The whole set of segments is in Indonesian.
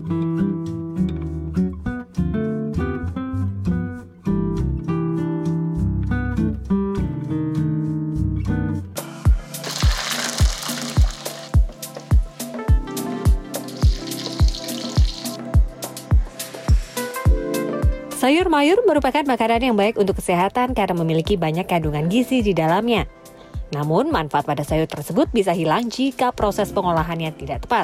Sayur mayur merupakan makanan yang baik untuk kesehatan karena memiliki banyak kandungan gizi di dalamnya. Namun, manfaat pada sayur tersebut bisa hilang jika proses pengolahannya tidak tepat.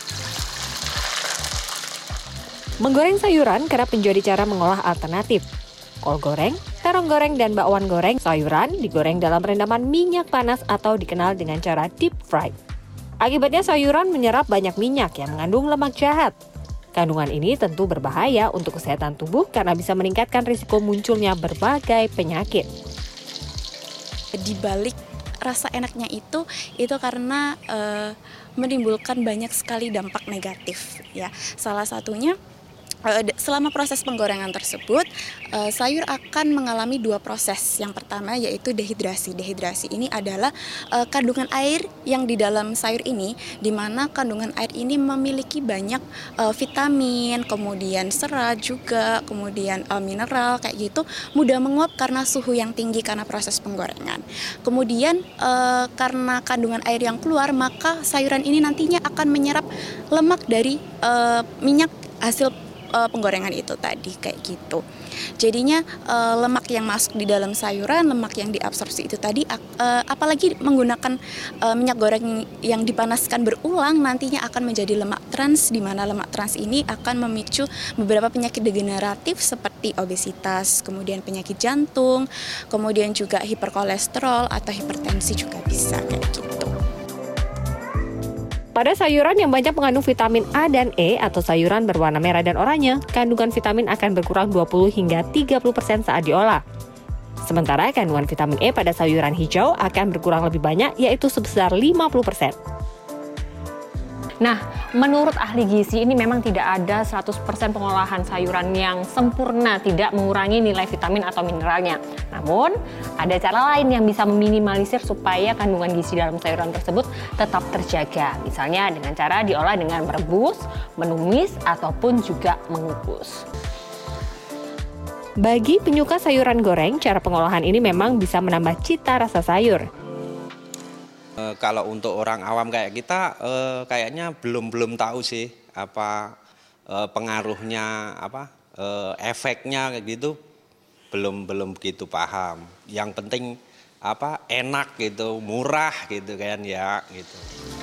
Menggoreng sayuran kerap menjadi cara mengolah alternatif. Kol goreng, terong goreng, dan bakwan goreng sayuran digoreng dalam rendaman minyak panas atau dikenal dengan cara deep fry. Akibatnya sayuran menyerap banyak minyak yang mengandung lemak jahat. Kandungan ini tentu berbahaya untuk kesehatan tubuh karena bisa meningkatkan risiko munculnya berbagai penyakit. Di balik rasa enaknya itu karena menimbulkan banyak sekali dampak negatif ya. Salah satunya selama proses penggorengan tersebut, sayur akan mengalami dua proses. Yang pertama yaitu dehidrasi. Dehidrasi ini adalah kandungan air yang di dalam sayur ini, di mana kandungan air ini memiliki banyak vitamin, kemudian serat juga, kemudian mineral kayak gitu, mudah menguap karena suhu yang tinggi karena proses penggorengan. Kemudian karena kandungan air yang keluar, maka sayuran ini nantinya akan menyerap lemak dari minyak hasil penggorengan itu tadi kayak gitu. Jadinya lemak yang masuk di dalam sayuran, lemak yang diabsorpsi itu tadi, apalagi menggunakan minyak goreng yang dipanaskan berulang, nantinya akan menjadi lemak trans, di mana lemak trans ini akan memicu beberapa penyakit degeneratif seperti obesitas, kemudian penyakit jantung, kemudian juga hiperkolesterol atau hipertensi juga bisa kayak gitu. Pada sayuran yang banyak mengandung vitamin A dan E atau sayuran berwarna merah dan oranye, kandungan vitamin akan berkurang 20 hingga 30% saat diolah. Sementara kandungan vitamin E pada sayuran hijau akan berkurang lebih banyak, yaitu sebesar 50%. Nah, menurut ahli gizi ini memang tidak ada 100% pengolahan sayuran yang sempurna, tidak mengurangi nilai vitamin atau mineralnya. Namun, ada cara lain yang bisa meminimalisir supaya kandungan gizi dalam sayuran tersebut tetap terjaga. Misalnya dengan cara diolah dengan merebus, menumis, ataupun juga mengukus. Bagi penyuka sayuran goreng, cara pengolahan ini memang bisa menambah cita rasa sayur. Kalau untuk orang awam kayak kita, kayaknya belum tahu sih apa pengaruhnya, efeknya kayak gitu, belum begitu paham. Yang penting enak gitu, murah gitu kan ya gitu.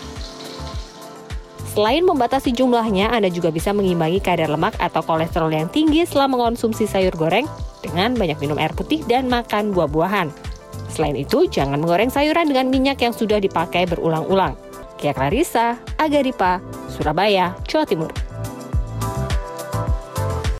Selain membatasi jumlahnya, Anda juga bisa mengimbangi kadar lemak atau kolesterol yang tinggi setelah mengonsumsi sayur goreng dengan banyak minum air putih dan makan buah-buahan. Selain itu, jangan menggoreng sayuran dengan minyak yang sudah dipakai berulang-ulang. Kia Clarissa, Aga Dipa, Surabaya, Jawa Timur.